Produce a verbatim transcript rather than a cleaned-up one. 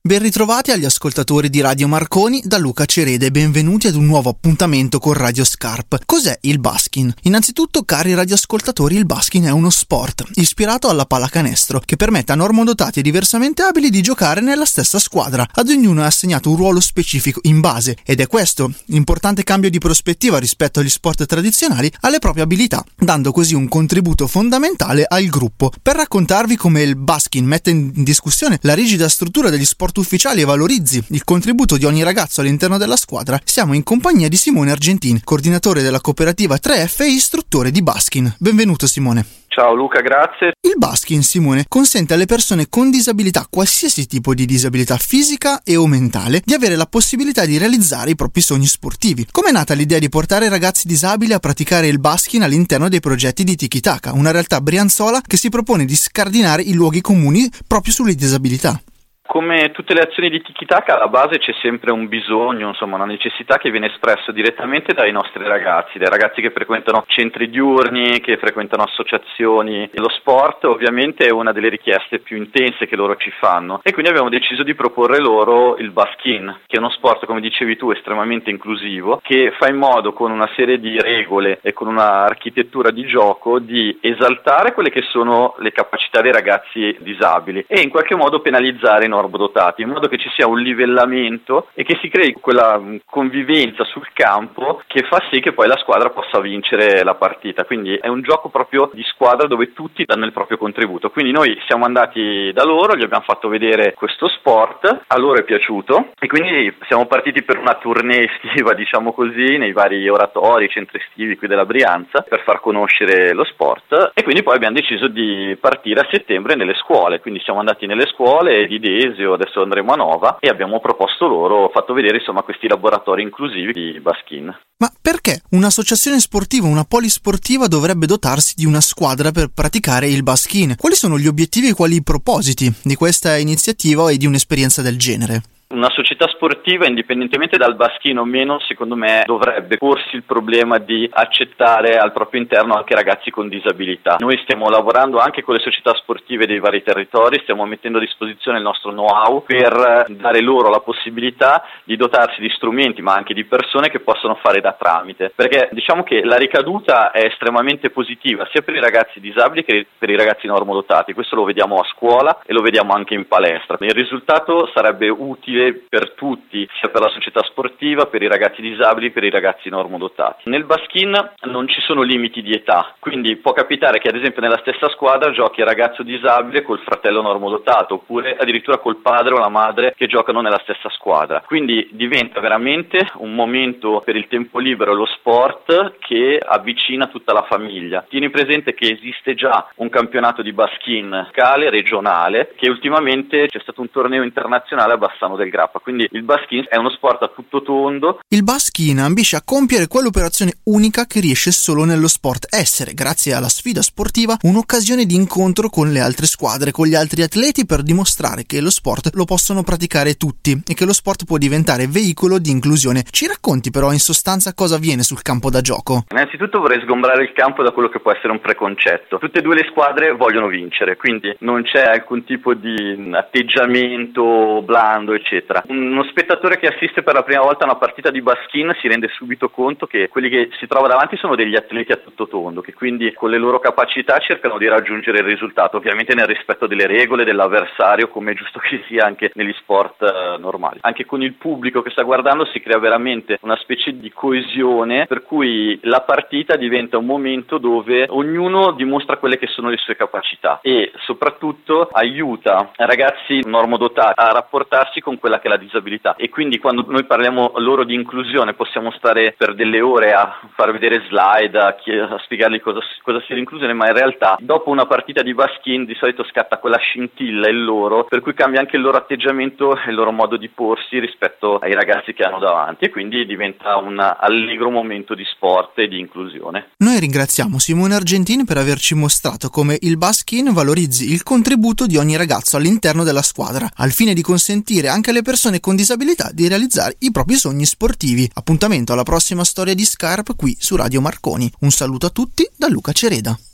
Ben ritrovati agli ascoltatori di Radio Marconi da Luca Cereda e benvenuti ad un nuovo appuntamento con Radio Scarp. Cos'è il baskin? Innanzitutto, cari radioascoltatori, il baskin è uno sport ispirato alla pallacanestro che permette a normodotati e diversamente abili di giocare nella stessa squadra. Ad ognuno è assegnato un ruolo specifico in base ed è questo l'importante cambio di prospettiva rispetto agli sport tradizionali alle proprie abilità, dando così un contributo fondamentale al gruppo. Per raccontarvi come il baskin mette in discussione la rigida struttura degli sport ufficiali e valorizzi il contributo di ogni ragazzo all'interno della squadra, siamo in compagnia di Simone Argentin, coordinatore della cooperativa tre F e istruttore di baskin. Benvenuto Simone. Ciao Luca, grazie. Il baskin, Simone, consente alle persone con disabilità, qualsiasi tipo di disabilità fisica e o mentale, di avere la possibilità di realizzare i propri sogni sportivi. Com'è nata l'idea di portare ragazzi disabili a praticare il baskin all'interno dei progetti di Tiki Taka, una realtà brianzola che si propone di scardinare i luoghi comuni proprio sulle disabilità? Come tutte le azioni di Tiki Taka, alla base c'è sempre un bisogno, insomma una necessità che viene espresso direttamente dai nostri ragazzi, dai ragazzi che frequentano centri diurni, che frequentano associazioni. Lo sport ovviamente è una delle richieste più intense che loro ci fanno e quindi abbiamo deciso di proporre loro il baskin, che è uno sport, come dicevi tu, estremamente inclusivo, che fa in modo, con una serie di regole e con un'architettura di gioco, di esaltare quelle che sono le capacità dei ragazzi disabili e in qualche modo penalizzare i normodotati, in modo che ci sia un livellamento e che si crei quella convivenza sul campo che fa sì che poi la squadra possa vincere la partita. Quindi è un gioco proprio di squadra dove tutti danno il proprio contributo. Quindi noi siamo andati da loro, gli abbiamo fatto vedere questo sport, a loro è piaciuto e quindi siamo partiti per una tournée estiva, diciamo così, nei vari oratori, centri estivi qui della Brianza, per far conoscere lo sport e quindi poi abbiamo deciso di partire a settembre nelle scuole. Quindi siamo andati nelle scuole di Desio, adesso andremo a Nova e abbiamo proposto loro, fatto vedere insomma questi laboratori inclusivi di baskin. Ma perché un'associazione sportiva, una polisportiva dovrebbe dotarsi di una squadra per praticare il baskin? Quali sono gli obiettivi e quali i propositi di questa iniziativa e di un'esperienza del genere? Una società sportiva, indipendentemente dal baskin o meno, secondo me dovrebbe porsi il problema di accettare al proprio interno anche ragazzi con disabilità. Noi stiamo lavorando anche con le società sportive dei vari territori, stiamo mettendo a disposizione il nostro know-how per dare loro la possibilità di dotarsi di strumenti ma anche di persone che possono fare da tramite, perché diciamo che la ricaduta è estremamente positiva sia per i ragazzi disabili che per i ragazzi normodotati. Questo lo vediamo a scuola e lo vediamo anche in palestra. Il risultato sarebbe utile per tutti, sia per la società sportiva, per i ragazzi disabili, per i ragazzi normodotati. Nel baskin non ci sono limiti di età, quindi può capitare che ad esempio nella stessa squadra giochi il ragazzo disabile col fratello normodotato, oppure addirittura col padre o la madre che giocano nella stessa squadra. Quindi diventa veramente un momento per il tempo libero, lo sport, che avvicina tutta la famiglia. Tieni presente che esiste già un campionato di baskin locale, regionale, che ultimamente c'è stato un torneo internazionale a Bassano del Grappa, quindi il baskin è uno sport a tutto tondo. Il baskin ambisce a compiere quell'operazione unica che riesce solo nello sport, essere, grazie alla sfida sportiva, un'occasione di incontro con le altre squadre, con gli altri atleti, per dimostrare che lo sport lo possono praticare tutti e che lo sport può diventare veicolo di inclusione. Ci racconti però in sostanza cosa avviene sul campo da gioco? Innanzitutto vorrei sgombrare il campo da quello che può essere un preconcetto. Tutte e due le squadre vogliono vincere, quindi non c'è alcun tipo di atteggiamento blando, eccetera. Uno spettatore che assiste per la prima volta a una partita di baskin si rende subito conto che quelli che si trova davanti sono degli atleti a tutto tondo, che quindi con le loro capacità cercano di raggiungere il risultato, ovviamente nel rispetto delle regole dell'avversario, come è giusto che sia anche negli sport eh, normali. Anche con il pubblico che sta guardando si crea veramente una specie di coesione, per cui la partita diventa un momento dove ognuno dimostra quelle che sono le sue capacità e soprattutto aiuta ragazzi normodotati a rapportarsi con quella che è la disabilità. E quindi quando noi parliamo loro di inclusione possiamo stare per delle ore a far vedere slide, a, chi- a spiegargli cosa, cosa sia l'inclusione, ma in realtà dopo una partita di baskin di solito scatta quella scintilla in loro, per cui cambia anche il loro atteggiamento e il loro modo di porsi rispetto ai ragazzi che hanno davanti e quindi diventa un allegro momento di sport e di inclusione. Noi ringraziamo Simone Argentin per averci mostrato come il baskin valorizzi il contributo di ogni ragazzo all'interno della squadra, al fine di consentire anche alle persone con disabilità di realizzare i propri sogni sportivi. Appuntamento alla prossima storia di Scarp qui su Radio Marconi. Un saluto a tutti da Luca Cereda.